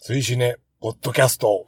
追試ね、ポッドキャスト。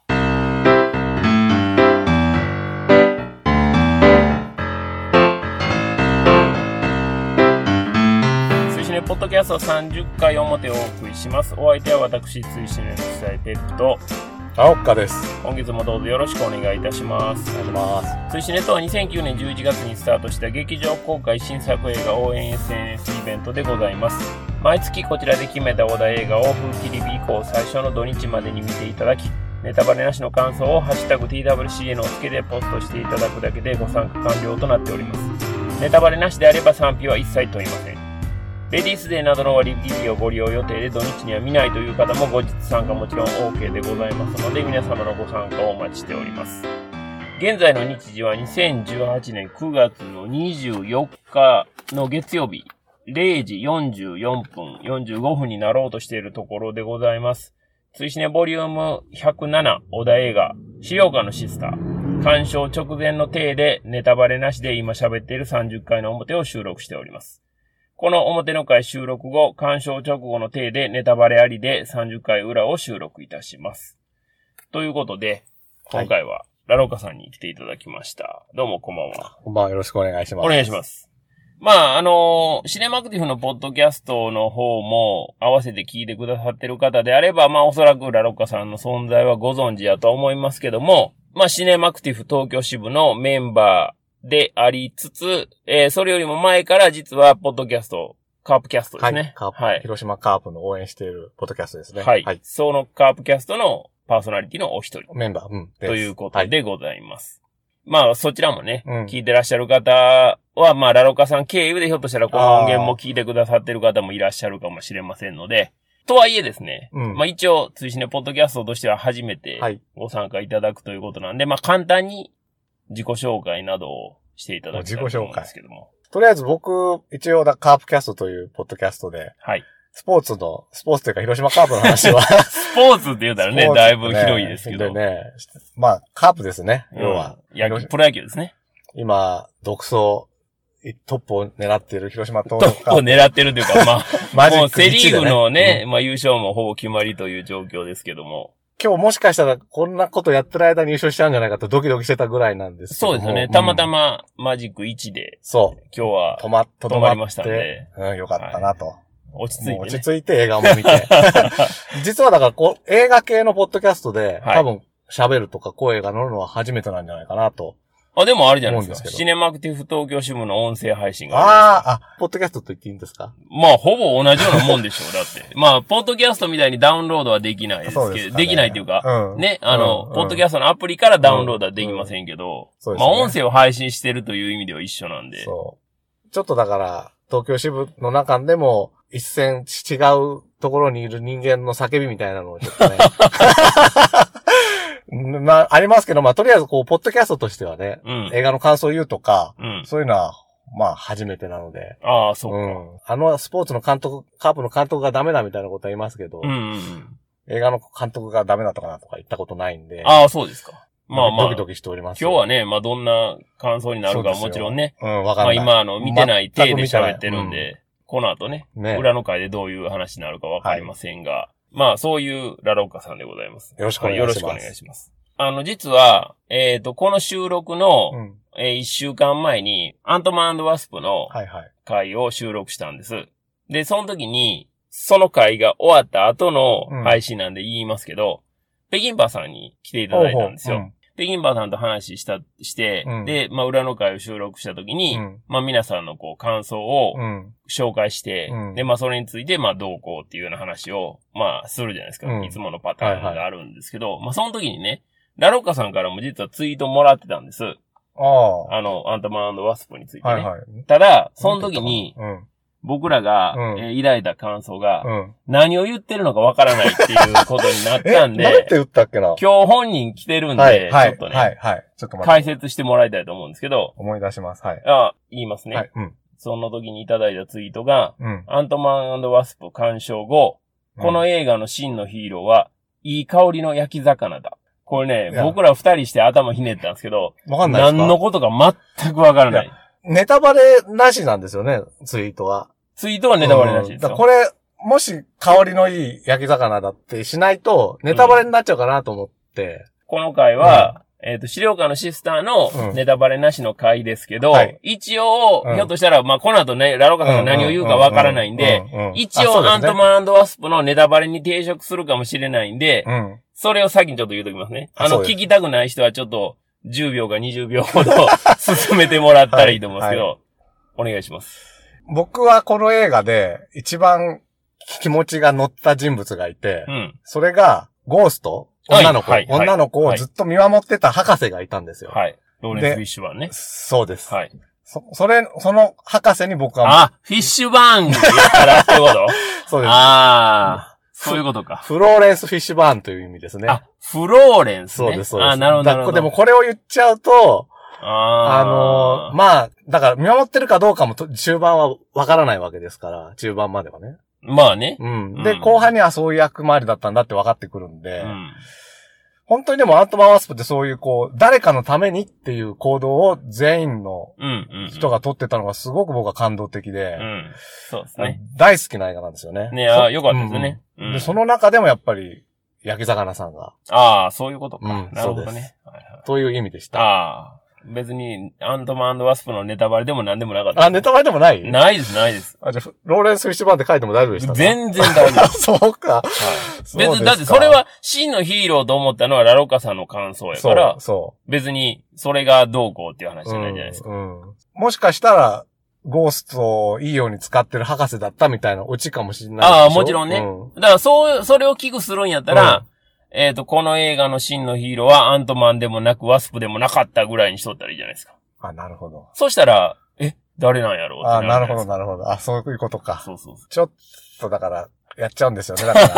追試ねポッドキャスト30回表をお送りします。お相手は私、追試ねの伝えペップと、 青岡です。 本日もどうぞよろしくお願いいたします。 お願いします。 追試ねとは2009年11月にスタートした劇場公開新作映画応援 SNS イベントでございます。毎月こちらで決めたお題映画を風切り日以降最初の土日までに見ていただき、ネタバレなしの感想をハッシュタグ TWCN をつけてポストしていただくだけでご参加完了となっております。ネタバレなしであれば賛否は一切問いません。レディースデーなどの割引をご利用予定で土日には見ないという方も後日参加もちろん OK でございますので、皆様のご参加をお待ちしております。現在の日時は2018年9月の24日の月曜日0時44分45分になろうとしているところでございます。追試ねボリューム107お題映画資料館のシスター鑑賞直前の体でネタバレなしで今喋っている30回の表を収録しております。この表の回収録後、鑑賞直後の体でネタバレありで30回裏を収録いたします。ということで、今回はラロカさんに来ていただきました。どうもこんばんは。 こんばんは、よろしくお願いします。 お願いします。シネマクティフのポッドキャストの方も合わせて聞いてくださってる方であれば、おそらくラロカさんの存在はご存知やと思いますけども、シネマクティフ東京支部のメンバー、でありつつ、それよりも前から実はポッドキャスト、カープキャストですね。 はい、カープ、はい。広島カープの応援しているポッドキャストですね。 はい。はい、そのカープキャストのパーソナリティのお一人。 メンバー、 ということでございます。はい、そちらもね、聞いてらっしゃる方は、ラロカさん経由でひょっとしたらこの音源も聞いてくださってる方もいらっしゃるかもしれませんので、とはいえですね、一応、追試ねポッドキャストとしては初めてご参加いただくということなんで、簡単に自己紹介などをしていただきたいと思うんですけども。 とりあえず僕、一応カープキャストというポッドキャストで、はい。スポーツというか広島カープの話は。 スポーツって言うたらね、だいぶ広いですけど。 でね、カープですね、要は。 プロ野球ですね。 今、独走、トップを狙っている広島東洋カープ。トップを狙ってるというか、 マジック1でね、 もうセリーグのね、優勝もほぼ決まりという状況ですけども。 今日もしかしたらこんなことやってる間に優勝しちゃうんじゃないかとドキドキしてたぐらいなんですけども。 そうですよね。たまたまマジック1で。そう。今日は止まりましたんで。 よかったなと。 落ち着いて、ね。 落ち着いて映画も見て。実はだから映画系のポッドキャストで、多分喋るとか声が乗るのは初めてなんじゃないかなと。 でもあれじゃないですか。シネマクティフ東京支部の音声配信がポッドキャストと言っていいんですか？ ほぼ同じようなもんでしょう。だって。ポッドキャストみたいにダウンロードはできないですけど、ね、できないっていうか、ポッドキャストのアプリからダウンロードはできませんけど、音声を配信してるという意味では一緒なんで。 そう。ちょっとだから、東京支部の中でも、一線違うところにいる人間の叫びみたいなのをちょっとね。ありますけど、とりあえずポッドキャストとしてはね、映画の感想を言うとか、そういうのは、初めてなので。 そうか。スポーツの監督、カープの監督がダメだみたいなことは言いますけど、映画の監督がダメだとかなとか言ったことないんで。 そうですか。 ドキドキしております。 今日はね、どんな感想になるかもちろんね。わかんない。今見てない体で喋ってるんで、この後ね、裏の回でどういう話になるかわかりませんが、そういうラロッカさんでございます。 よろしくお願いします。よろしくお願いします。実は、この収録の、1週間前に、アントマン&ワスプの回を収録したんです。で、その時に、その回が終わった後の配信なんで言いますけど、北京バーさんに来ていただいたんですよ。北京バーさんと話して、で、裏の回を収録した時に、皆さんの感想を紹介して、で、それについて、どうこうっていうような話を、するじゃないですか。いつものパターンがあるんですけど、その時にね、ラロッカさんからも実はツイートもらってたんです。アントマン&ワスプについてね。ただ、その時に、僕らが、抱いた感想が、何を言ってるのかわからないっていうことになったんで、 なんて言ったっけな？ 今日本人来てるんで、ちょっとね、 ちょっと解説してもらいたいと思うんですけど、 思い出します。 言いますね。その時にいただいたツイートが、アントマン&ワスプ鑑賞後、この映画の真のヒーローは、いい香りの焼き魚だ。これね、僕ら二人して頭ひねったんですけど、何のことか全くわからない。 ネタバレなしなんですよね、ツイートは。 ツイートはネタバレなしですよ。 これ、 もし香りのいい焼き魚だってしないと、ネタバレになっちゃうかなと思って。 この回は、資料館のシスターのネタバレなしの回ですけど、一応、ひょっとしたら、まあ、この後ね、ラロカさんが何を言うかわからないんで、一応、アントマン&ワスプのネタバレに抵触するかもしれないんで、それを先にちょっと言うときますね。聞きたくない人はちょっと、10秒か20秒ほど進めてもらったらいいと思うんですけど、お願いします。 僕はこの映画で一番気持ちが乗った人物がいて、それがゴースト、女の子をずっと見守ってた博士がいたんですよ。 はい。ローレンス・フィッシュバーンね。 そうです。 はい。 その博士に僕は。 フィッシュバーンって言ったらってことそうです。 そういうことか。 フローレンス・フィッシュバーンという意味ですね。 フローレンスね。 そうです、そうです。 なるほど。 でもこれを言っちゃうと、まあ、だから見守ってるかどうかも中盤はわからないわけですから、中盤まではね。 まあね。 で、後半にはそういう役回りだったんだって分かってくるんで、本当にでもアントマン・ワスプってそういう誰かのためにっていう行動を全員の人が取ってたのがすごく僕は感動的で、 そうですね。 大好きな映画なんですよね。 ね、よかったですね。 で、その中でもやっぱり、焼き魚さんが。 そういうことか。なるほどね。 という意味でした。 別に、アントマン&ワスプのネタバレでも何でもなかった。 ネタバレでもない？ ないです、ないです。 じゃあ、ローレンス・フィッシュバーンって書いても大丈夫でしたか？ 全然大丈夫。 そうか。 別に、だってそれは真のヒーローと思ったのはラロカさんの感想やから、別にそれがどうこうっていう話じゃないじゃないですか。 もしかしたら、ゴーストをいいように使ってる博士だったみたいなオチかもしれないでしょ。 もちろんね。だからそれを危惧するんやったら、この映画の真のヒーローはアントマンでもなくワスプでもなかったぐらいにしとったらいいじゃないですか。 なるほど。 そしたら、誰なんやろうってなるほど、なるほど。そういうことか。 そう。 ちょっとだから、やっちゃうんですよね、だから。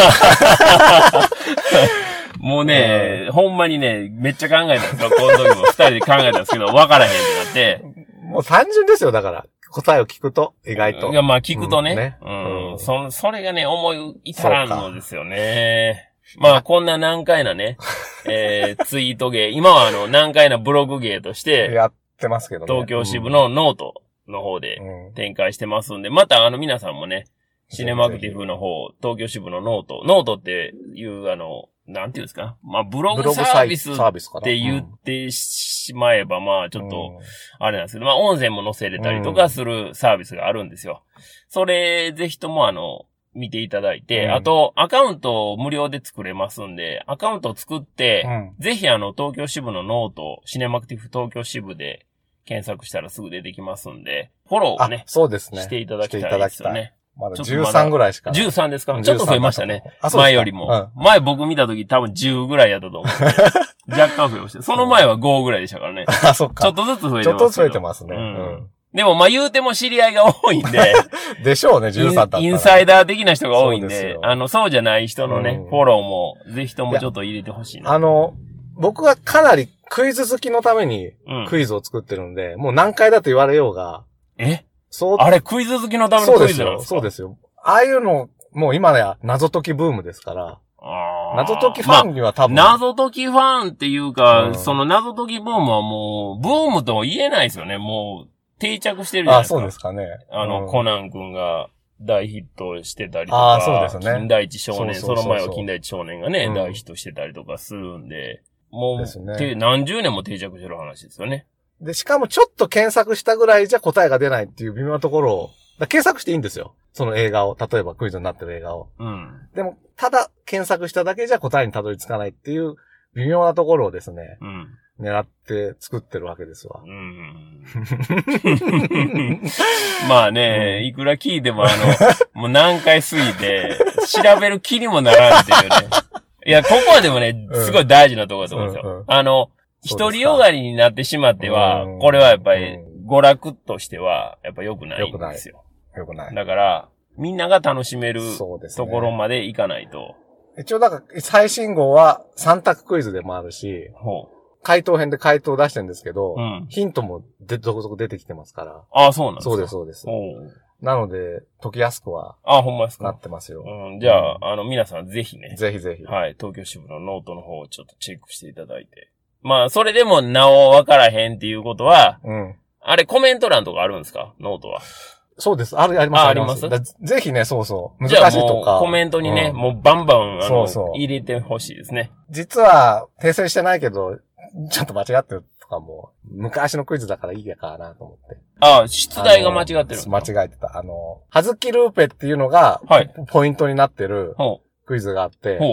もうね、ほんまにね、めっちゃ考えたんですよ。この時も二人で考えたんですけど、分からへんってなって。 もう単純ですよ、だから。答えを聞くと、意外と。 いや、まあ聞くとね。それがね、思い至らんのですよね。まあ、こんな難解なね、ツイート芸、今は難解なブログ芸として、 やってますけどね。 東京支部のノートの方で展開してますんで、また皆さんもね、シネマクティブの方、東京支部のノートっていうなんていうんですか、まあ、ブログサービスって言ってしまえば、まあ、ちょっと、あれなんですけど、まあ、音声も載せれたりとかするサービスがあるんですよ。それ、ぜひとも見ていただいて、あと、アカウントを無料で作れますんで、アカウントを作って、ぜひ東京支部のノート、シネマクティブ東京支部で検索したらすぐ出てきますんで、フォローをね、 そうですね。 していただきたいですよね。 まだ13ぐらいしかない。 13ですか？ちょっと増えましたね。前よりも。前僕見た時多分10ぐらいやったと思う。若干増えました。その前は5ぐらいでしたからね。 そっか。 ちょっとずつ増えてます。 ちょっとずつ増えてますね。 でも言うても知り合いが多いんで。 でしょうね、13だったら。 インサイダー的な人が多いんで、そうじゃない人のね、フォローもぜひともちょっと入れてほしいな。 僕はかなりクイズ好きのためにクイズを作ってるんで、もう難解だと言われようが。 あれクイズ好きのためのクイズなんですか？ そうですよ。ああいうの、もう今や謎解きブームですから。謎解きファンには多分。 謎解きファンっていうか、その謎解きブームはもう、ブームとは言えないですよね。もう、定着してるじゃないですか。 そうですかね。 コナン君が大ヒットしてたりとか。 そうですね。 金田一少年、その前は金田一少年がね、大ヒットしてたりとかするんで、もう、何十年も定着してる話ですよね。 で、しかもちょっと検索したぐらいじゃ答えが出ないっていう微妙なところを、検索していいんですよ。その映画を。例えばクイズになってる映画を。でも、ただ検索しただけじゃ答えにたどり着かないっていう微妙なところをですね。狙って作ってるわけですわ。 まあね、いくら聞いてももう難解すぎて、調べる気にもならんっていうね。いや、ここはでもね、すごい大事なところだと思うんですよ。一人よがりになってしまっては、これはやっぱり娯楽としては、やっぱ良くないんですよ。 良くない。 だから、みんなが楽しめるところまでいかないと。 一応最新号は3択クイズでもあるし、回答編で回答を出してるんですけど、ヒントも続々出てきてますから。 そうなんですか？ そうです。なので、解きやすくは、 ほんまですか？ なってますよ。 じゃあ、皆さんぜひね。 ぜひぜひ。 はい、東京支部のノートの方をちょっとチェックしていただいて。まあ、それでもなお分からへんっていうことは、あれコメント欄とかあるんですか？ノートは。 そうです。あります。 あります。 ぜひね、そうそう。難しいとか。 コメントにね、もうバンバン、入れてほしいですね。 実は、訂正してないけど、ちょっと間違ってるとかも、昔のクイズだからいいやかなと思って。 出題が間違ってるんですか？ 間違えてた。はずきルーペっていうのが、ポイントになってるクイズがあって、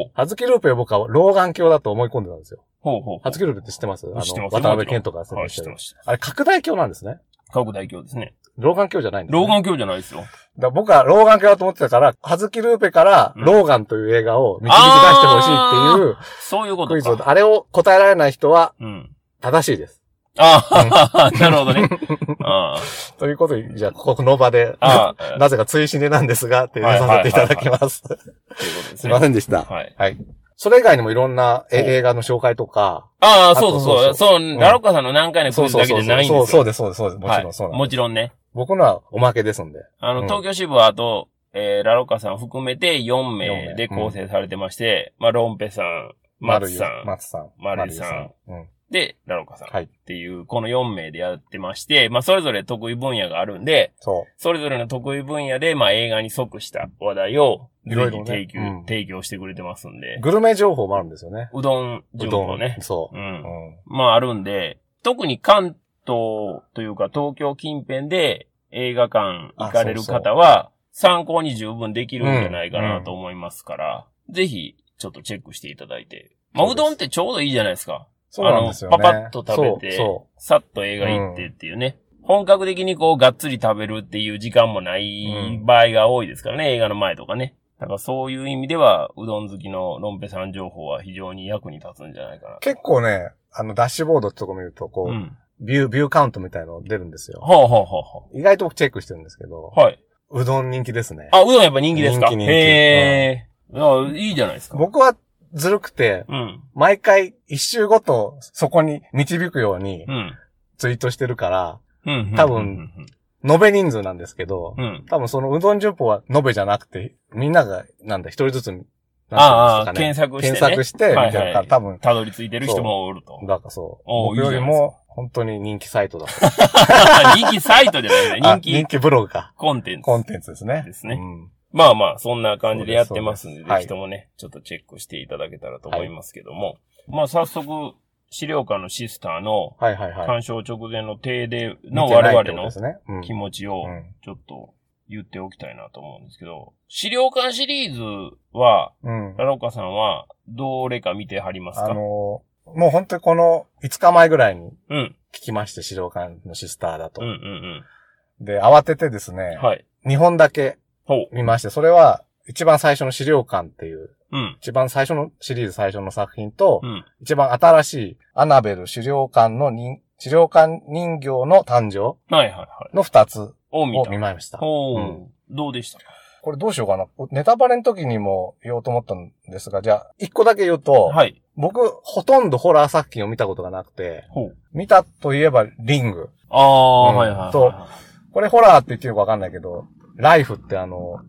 はずきルーペを僕は老眼鏡だと思い込んでたんですよ。はずきルーペって知ってます？渡辺健とか説明してる。あれ、拡大鏡なんですね。 拡大鏡ですね。 老眼鏡じゃないんですね。 老眼鏡じゃないですよ。 僕は老眼鏡だと思ってたから、はずきルーペからローガンという映画を導き出してほしいっていう、 そういうことクイズを、あれを答えられない人は、正しいです。なるほどね。 ということで、じゃあ、この場で、なぜか追試ねなんですが、ってさせていただきます。すいませんでした。はい。それ以外にもいろんな映画の紹介とか。 そう、ラロッカさんの何回のクイズだけじゃないんですよ。 そうです。もちろんそうなんです。 もちろんね。 僕のはおまけですんで。 東京支部はあと、ラロッカさん含めて4名で構成されてまして、ロンペさん、松さん、マルさん、で、ラロッカさんっていう、この4名でやってまして、それぞれ得意分野があるんで、それぞれの得意分野で、映画に即した話題を、いろいろ提供してくれてますんで。 グルメ情報もあるんですよね。 うどん情報ね。 そう。 あるんで、特に関東というか東京近辺で映画館行かれる方は、参考に十分できるんじゃないかなと思いますから、ぜひ、ちょっとチェックしていただいて。うどんってちょうどいいじゃないですか。 そうなんですよね。 パパッと食べて、さっと映画行ってっていうね。本格的にがっつり食べるっていう時間もない場合が多いですからね、映画の前とかね。だからそういう意味では、うどん好きのロンペさん情報は非常に役に立つんじゃないかな。 結構ね、ダッシュボードってとこ見ると、ビューカウントみたいの出るんですよ。意外と僕チェックしてるんですけど。うどん人気ですね。 うどんやっぱ人気ですか？ 人気。 へー。いいじゃないですか。 僕はずるくて、毎回一周ごとそこに導くように、ツイートしてるから、多分、延べ人数なんですけど、多分そのうどん順法は延べじゃなくて、みんなが、一人ずつ、 検索して、みたいなから多分。 たどり着いてる人もおると。 だからそう。僕よりも、本当に人気サイトだと。 人気サイトじゃないね。 人気ブログか。 コンテンツですね。 ですね。そんな感じでやってますんで、ぜひともね、ちょっとチェックしていただけたらと思いますけども。早速、資料館のシスターの、鑑賞直前の停電の我々の気持ちを、ちょっと言っておきたいなと思うんですけど、資料館シリーズは、ラロッカさんは、どれか見てはりますか？ もう本当にこの5日前ぐらいに、聞きまして、資料館のシスターだと。で、慌ててですね、2本だけ見まして、それは、一番最初の資料館っていう、一番最初のシリーズ最初の作品と、一番新しいアナベル資料館人形の誕生の2つを見ました。 どうでしたか？ これどうしようかな。ネタバレの時にも言おうと思ったんですが、じゃあ、1個だけ言うと、僕、ほとんどホラー作品を見たことがなくて、見たといえばリング。と、これホラーって言ってるかわかんないけど、ライフって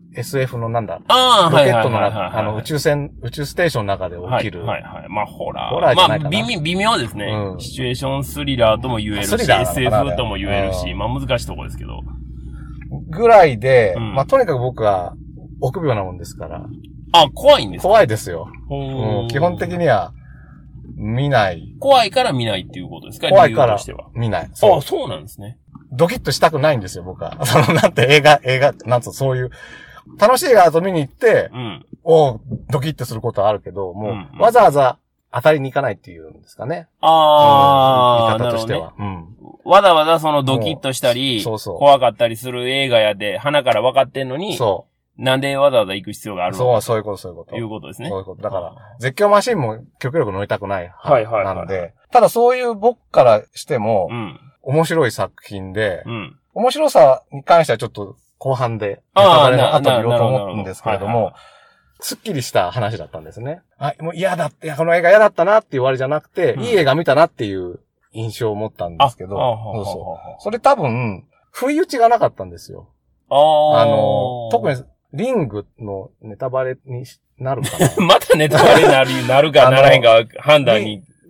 SF のロケットの宇宙ステーションの中で起きる。 ホラーじゃないかな。微妙ですね。シチュエーションスリラーとも言えるし、SF とも言えるし、難しいとこですけど。 ぐらいで、とにかく僕は臆病なもんですから。 怖いんですか？ 怖いですよ。基本的には見ない。 怖いから見ないっていうことですか？ 怖いから見ない。 そうなんですね。 ドキッとしたくないんですよ、僕は。映画、そういう、楽しい映画だと見に行って、ドキッとすることはあるけど、もう、わざわざ当たりに行かないっていうんですかね。言い方としては。 わざわざそのドキッとしたり、怖かったりする映画やで、鼻から分かってんのに、なんでわざわざ行く必要があるのか。 そういうこと。 いうことですね。 そういうこと。だから、絶叫マシンも極力乗りたくない。なので、ただそういう僕からしても、面白い作品で、面白さに関してはちょっと後半で、ネタバレの後に言おうと思うんですけれども、すっきりした話だったんですね。もうこの映画嫌だったなっていうわりじゃなくて、いい映画見たなっていう印象を持ったんですけど、それ多分、不意打ちがなかったんですよ。特にリングのネタバレになるかな。 またネタバレになるかならへんか判断に。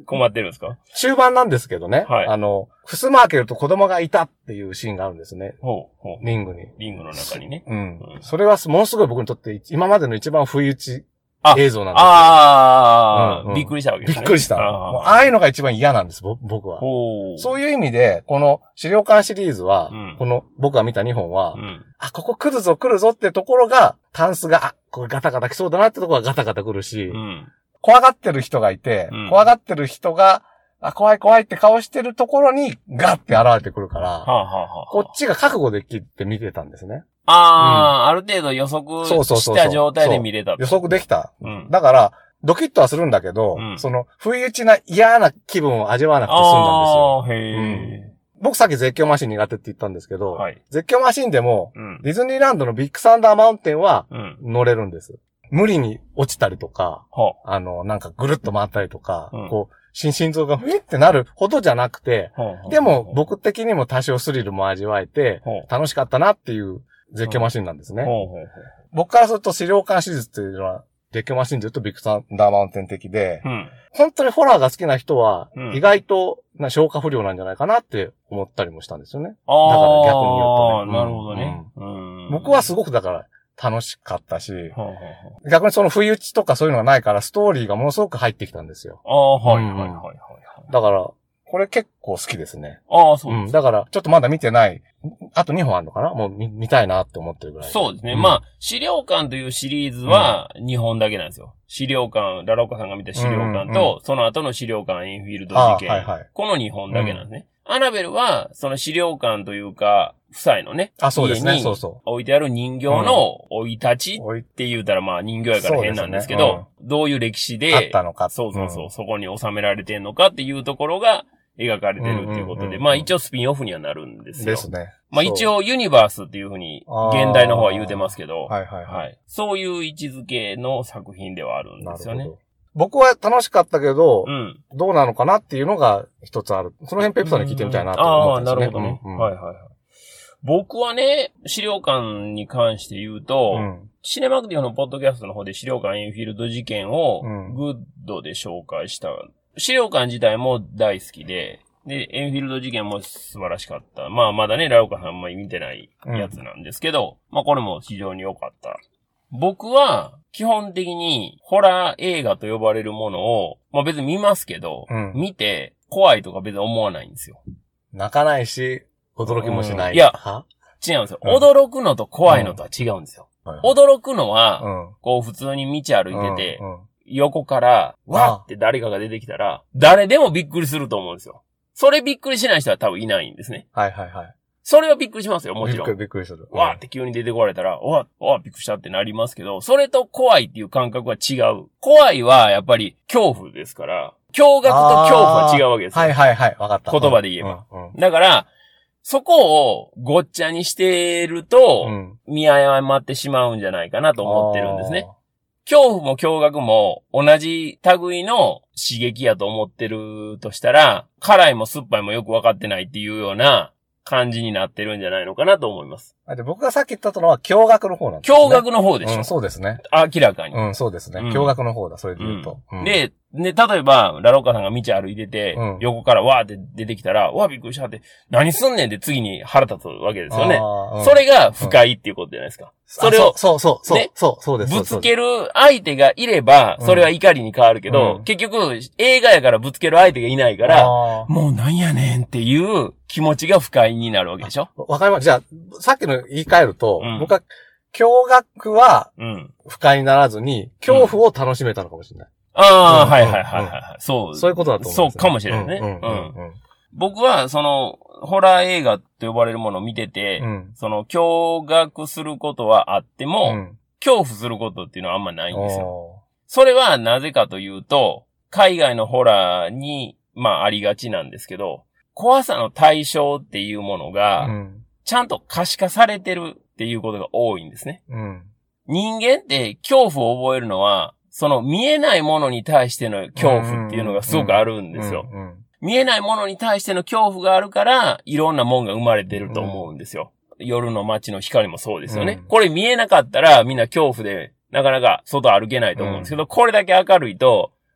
困ってるんですか？ 中盤なんですけどね。はい。襖開けると子供がいたっていうシーンがあるんですね。リングに。 リングの中にね。 うん。それはものすごい僕にとって今までの一番不意打ち映像なんですよ。びっくりしたわけですね。びっくりした。ああいうのが一番嫌なんです、僕は。そういう意味で、この資料館シリーズは、この僕が見た2本は、ここ来るぞってところが、タンスが、これガタガタ来そうだなってところがガタガタ来るし、怖がってる人がいて、怖がってる人が、怖い怖いって顔してるところにガッて現れてくるから、こっちが覚悟できって見てたんですね。 ある程度予測した状態で見れた。 予測できた。だから、ドキッとはするんだけど、その、不意打ちな嫌な気分を味わわなくて済んだんですよ。僕さっき絶叫マシン苦手って言ったんですけど、絶叫マシンでも、ディズニーランドのビッグサンダーマウンテンは乗れるんです。無理に落ちたりとか、なんかぐるっと回ったりとか、こう、心臓がふいってなるほどじゃなくて、でも僕的にも多少スリルも味わえて、楽しかったなっていう絶叫マシンなんですね。僕からすると資料館シリーズっていうのは、絶叫マシンで言うとビッグサンダーマウンテン的で、本当にホラーが好きな人は、意外と消化不良なんじゃないかなって思ったりもしたんですよね。だから逆に言うとね。 なるほどね。 僕はすごくだから楽しかったし、逆にその不意打ちとかそういうのがないからストーリーがものすごく入ってきたんですよ。だから、これ結構好きですね。 そうです。 だから、ちょっとまだ見てない。あと2本あるのかな？もう見たいなって思ってるぐらい。 そうですね。資料館というシリーズは2本だけなんですよ。資料館、ラロッカさんが見た資料館と、その後の資料館エンフィールド事件。この2本だけなんですね。アナベルは、その資料館というか、夫妻のね、家に置いてある人形の生い立ちって言うたら人形やから変なんですけど、どういう歴史で、 あったのか。 そこに収められてんのかっていうところが描かれてるっていうことで、一応スピンオフにはなるんですよ。 ですね。 一応ユニバースっていうふうに、現代の方は言うてますけど、そういう位置づけの作品ではあるんですよね。 僕は楽しかったけど、どうなのかなっていうのが一つある。その辺ペプさんに聞いてみたいなと思ってますね。 なるほどね。僕はね、資料館に関して言うと、シネマクティブのポッドキャストの方で資料館エンフィールド事件をグッドで紹介した。資料館自体も大好きで、エンフィールド事件も素晴らしかった。まだね、ラオカさんあんまり見てないやつなんですけど、これも非常に良かった。僕は、基本的に、ホラー映画と呼ばれるものを、別に見ますけど、見て、怖いとか別に思わないんですよ。 泣かないし、驚きもしない。 いや、違うんですよ。驚くのと怖いのとは違うんですよ。驚くのは、こう普通に道歩いてて、横から、わーって誰かが出てきたら、誰でもびっくりすると思うんですよ。それびっくりしない人は多分いないんですね。それはびっくりしますよ、もちろん。 びっくりする。 わーって急に出てこられたら、わーびっくりしたってなりますけど、それと怖いっていう感覚は違う。怖いはやっぱり恐怖ですから、驚愕と恐怖は違うわけですよ。 わかった。 言葉で言えば。だから、そこをごっちゃにしてると、見誤ってしまうんじゃないかなと思ってるんですね。恐怖も驚愕も同じ類の刺激やと思ってるとしたら、辛いも酸っぱいもよくわかってないっていうような感じになってるんじゃないのかなと思います。 で僕がさっき言ったのは驚愕の方なんですね。 驚愕の方でしょ。 そうですね。 明らかに。 そうですね。驚愕の方だ、それで言うと。 で、例えば、ラロッカさんが道歩いてて、横からわーって出てきたら、わーびっくりしたって、何すんねんって次に腹立つわけですよね。それが不快っていうことじゃないですか。それを、 そうです。 ぶつける相手がいれば、それは怒りに変わるけど、結局、映画やからぶつける相手がいないから、もうなんやねんっていう気持ちが不快になるわけでしょ。 わかりました。じゃあ、さっきの言い換えると、僕は、驚愕は、不快にならずに、恐怖を楽しめたのかもしれない。そういうことだと思う。 そうかもしれないね。僕は、ホラー映画と呼ばれるものを見てて、驚愕することはあっても、恐怖することっていうのはあんまないんですよ。それはなぜかというと、海外のホラーに、ありがちなんですけど、怖さの対象っていうものが、ちゃんと可視化されてるっていうことが多いんですね。人間って恐怖を覚えるのは、その見えないものに対しての恐怖っていうのがすごくあるんですよ。見えないものに対しての恐怖があるから、いろんなもんが生まれてると思うんですよ。夜の街の光もそうですよね。これ見えなかったらみんな恐怖でなかなか外歩けないと思うんですけど、これだけ明るいと、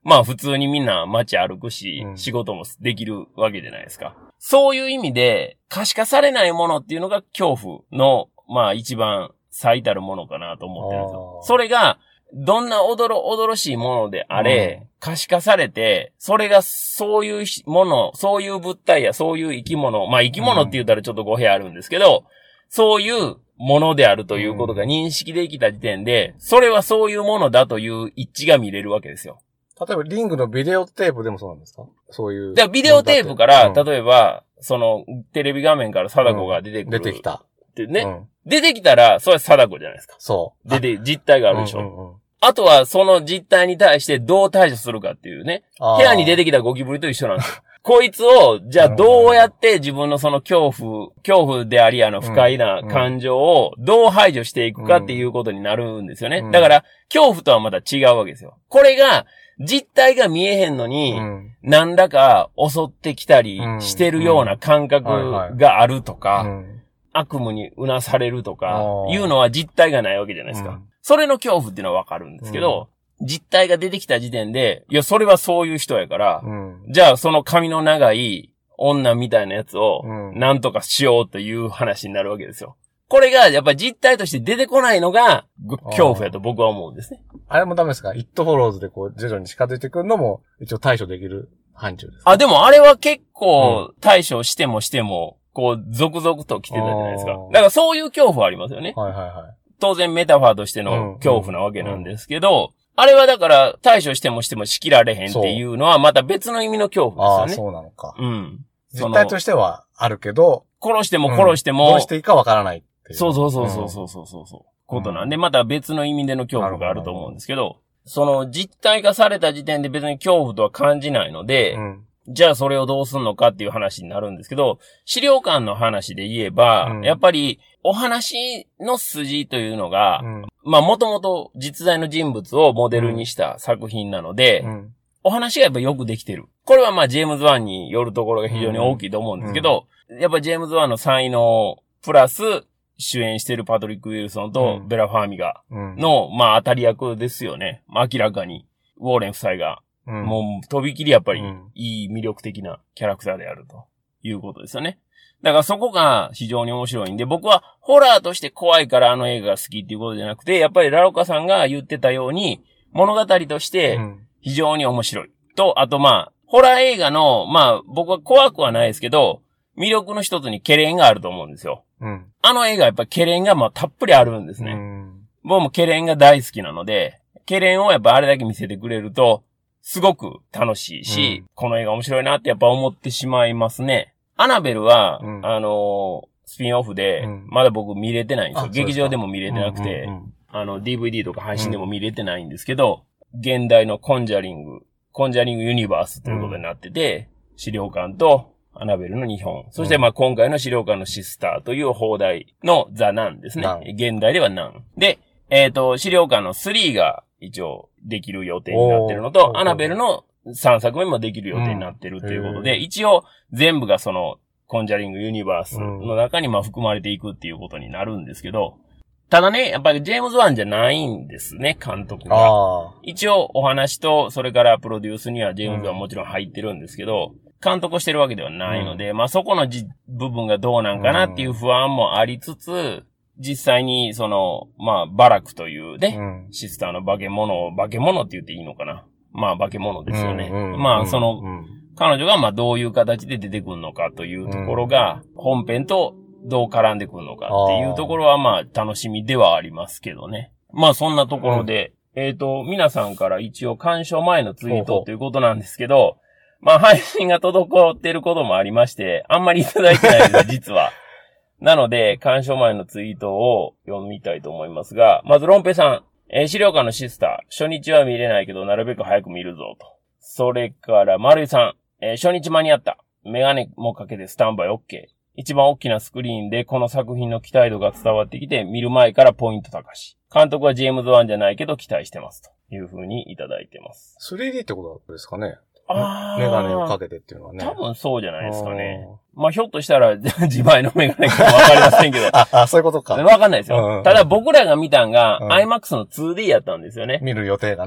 まあ普通にみんな街歩くし、仕事もできるわけじゃないですか。そういう意味で、可視化されないものっていうのが恐怖の、まあ一番最たるものかなと思ってるんですよ。それが、どんなおどろしいものであれ、可視化されて、それがそういうもの、そういう物体やそういう生き物、まあ生き物って言ったらちょっと語弊あるんですけど、そういうものであるということが認識できた時点で、それはそういうものだという一致が見れるわけですよ。 例えばリングのビデオテープでもそうなんですか？そういう。 で、ビデオテープから、例えば、その、テレビ画面から貞子が出てくる。 出てきた。 ってね。出てきたら、それは貞子じゃないですか。 そう。 実体があるでしょ。あとは、その実体に対してどう対処するかっていうね。部屋に出てきたゴキブリと一緒なんですよ。こいつを、じゃあどうやって自分のその恐怖であり不快な感情をどう排除していくかっていうことになるんですよね。だから、恐怖とはまた違うわけですよ。これが、実体が見えへんのに、何らか襲ってきたりしてるような感覚があるとか、悪夢にうなされるとか、いうのは実体がないわけじゃないですか。それの恐怖っていうのはわかるんですけど、実体が出てきた時点で、いや、それはそういう人やから、じゃあその髪の長い女みたいなやつを、なんとかしようという話になるわけですよ。これが、やっぱり実体として出てこないのが、恐怖やと僕は思うんですね。 あれもダメですか？ It Follows でこう、徐々に近づいてくるのも、一応対処できる範疇ですか？ でもあれは結構、対処しても、こう、続々と来てたじゃないですか。だからそういう恐怖はありますよね。当然メタファーとしての恐怖なわけなんですけど、あれはだから対処しても仕切られへんっていうのはまた別の意味の恐怖ですよね。 そうなのか。 実態としてはあるけど、 殺しても、 どうしていいかわからないっていう。 そう。ことなんで、また別の意味での恐怖があると思うんですけど、その実体化された時点で別に恐怖とは感じないので、じゃあそれをどうすんのかっていう話になるんですけど、資料館の話で言えば、やっぱりお話の筋というのが、まあもともと実在の人物をモデルにした作品なので、お話がやっぱよくできてる。これはまあジェームズ・ワンによるところが非常に大きいと思うんですけど、やっぱジェームズ・ワンの才能プラス主演してるパトリック・ウィルソンとベラ・ファーミガの、まあ当たり役ですよね。明らかにウォーレン夫妻がもう、とびきりやっぱり、いい魅力的なキャラクターであるということですよね。だからそこが非常に面白いんで、僕はホラーとして怖いからあの映画が好きっていうことじゃなくて、やっぱりラロカさんが言ってたように、物語として非常に面白い。と、あとまあ、ホラー映画の、まあ、僕は怖くはないですけど、魅力の一つにケレンがあると思うんですよ。あの映画やっぱケレンがまあたっぷりあるんですね。僕もケレンが大好きなので、ケレンをやっぱあれだけ見せてくれると、すごく楽しいし、この映画面白いなってやっぱ思ってしまいますね。アナベルは、スピンオフで、まだ僕見れてないんですよ。劇場でも見れてなくて、DVD とか配信でも見れてないんですけど、現代のコンジャリングユニバースということになってて、資料館とアナベルの2本。そしてまあ今回の資料館のシスターという放題のザ・ナンですね。現代ではナン。で、資料館の3が一応できる予定になってるのと、アナベルの3作目もできる予定になってるということで、一応全部がそのコンジャリングユニバースの中にまあ含まれていくっていうことになるんですけど、ただね、やっぱりジェームズ・ワンじゃないんですね、監督が。一応お話と、それからプロデュースにはジェームズ・ワンもちろん入ってるんですけど、監督をしてるわけではないので、まあそこの部分がどうなんかなっていう不安もありつつ、実際に、まあ、バラクというね、シスターの化け物って言っていいのかな。まあ、化け物ですよね。まあ、彼女がまあ、どういう形で出てくるのかというところが、本編とどう絡んでくるのかっていうところはまあ、楽しみではありますけどね。まあ、そんなところで、皆さんから一応鑑賞前のツイートということなんですけど、まあ、配信が滞っていることもありまして、あんまりいただいてないんです、実は。なので、鑑賞前のツイートを読みたいと思いますが、まずロンペさん、資料館のシスター、初日は見れないけど、なるべく早く見るぞと。それから、丸井さん、初日間に合った。メガネもかけてスタンバイ OK。一番大きなスクリーンでこの作品の期待度が伝わってきて、見る前からポイント高し。監督はジェームズ・ワンじゃないけど期待してますという風にいただいてます。 3D ってことですかね。メガネをかけてっていうのはね。 多分そうじゃないですかね。まあ、ひょっとしたら自前のメガネかもわかりませんけど。 そういうことか。 わかんないですよ。ただ僕らが見たんが、IMAX の 2D やったんですよね。 見る予定がね。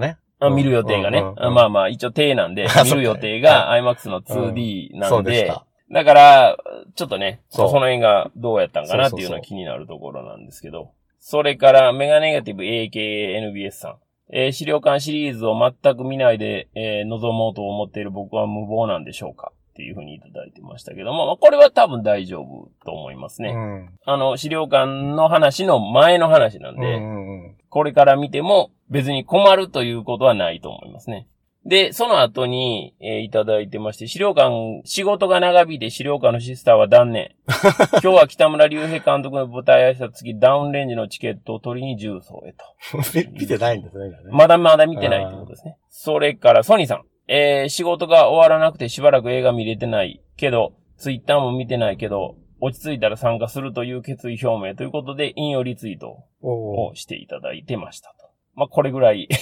見る予定がね。まあまあ、一応定なんで、見る予定が IMAX の 2D なんで、だから、ちょっとね、その辺がどうやったんかなっていうのは気になるところなんですけど。それから、メガネガティブ AKNBS さん。資料館シリーズを全く見ないで、臨もうと思っている僕は無謀なんでしょうかっていうふうにいただいてましたけども、これは多分大丈夫と思いますね。資料館の話の前の話なんで、これから見ても別に困るということはないと思いますね。で、その後に、いただいてまして、資料館、仕事が長引いて資料館のシスターは断念。今日は北村隆平監督の舞台挨拶付きダウンレンジのチケットを取りに重曹へと。 見てないんですね。 まだ見てないってことですね。それからソニーさん。仕事が終わらなくてしばらく映画見れてないけど、ツイッターも見てないけど、落ち着いたら参加するという決意表明ということで、引用リツイートをしていただいてましたと。これぐらい。い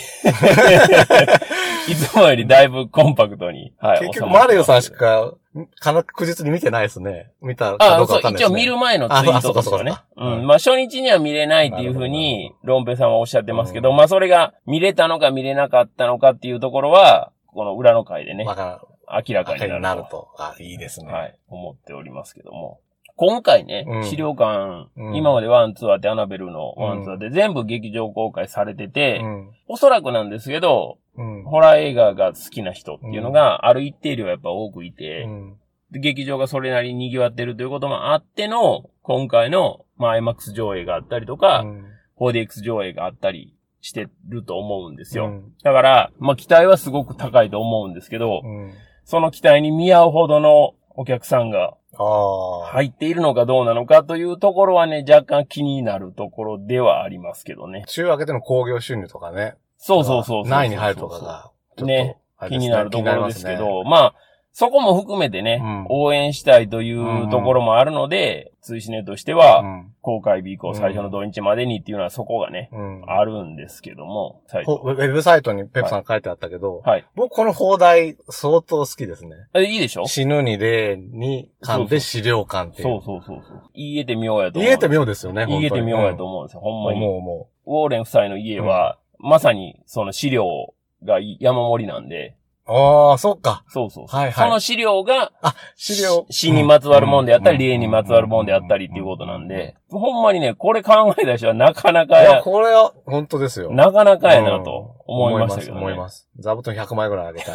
つもよりだいぶコンパクトに。はい。 結局、マリオさんしか、確実に見てないですね。見たかどうかわかんないですね。 一応見る前のツイートですよね。初日には見れないっていうふうに、ロンペさんはおっしゃってますけど、それが見れたのか見れなかったのかっていうところは、この裏の回でね、明らかになると。 いいですね。 はい。思っておりますけども。今回ね、資料館、今までワンツアーってアナベルのワンツアーで全部劇場公開されてて、おそらくなんですけど、ホラー映画が好きな人っていうのがある一定量やっぱ多くいて、で劇場がそれなりに賑わってるということもあっての、今回の、IMAX 上映があったりとか、4DX 上映があったりしてると思うんですよ。だから、期待はすごく高いと思うんですけど、その期待に見合うほどのお客さんが入っているのかどうなのかというところはね、若干気になるところではありますけどね。 週明けての興行収入とかね。 そう。 何位に入るとかが。 ね。気になるところですけど、そこも含めてね、応援したいというところもあるので、追試ねとしては、公開日以降最初の土日までにっていうのはそこがね、あるんですけども、 ウェブサイトにペプさん書いてあったけど、 はい。 僕この放題相当好きですね。 いいでしょ？ 死ぬに霊に館で資料館っていう。 そう。言えてみようやと思う。 言えてみようですよね、 言えてみようやと思うんですよ、ほんまに。 もう。ウォーレン夫妻の家は、まさにその資料が山盛りなんで、 そっか。 そう。はい。その資料が、死にまつわるもんであったり、霊にまつわるもんであったりっていうことなんで、ほんまにね、これ考えた人はなかなかこれは本当ですよ。 なかなかやなと思いましたけどね。 思います。座布団100枚ぐらいあげたい。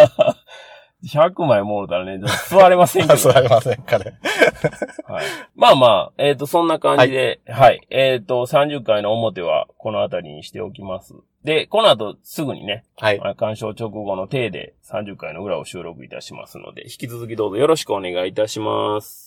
100枚もろたらね、座れませんけど。 座れませんかね。 はい。そんな感じで、はい。30回の表はこのあたりにしておきます。で、この後すぐにね、はい。鑑賞直後の体で30回の裏を収録いたしますので、引き続きどうぞよろしくお願いいたします。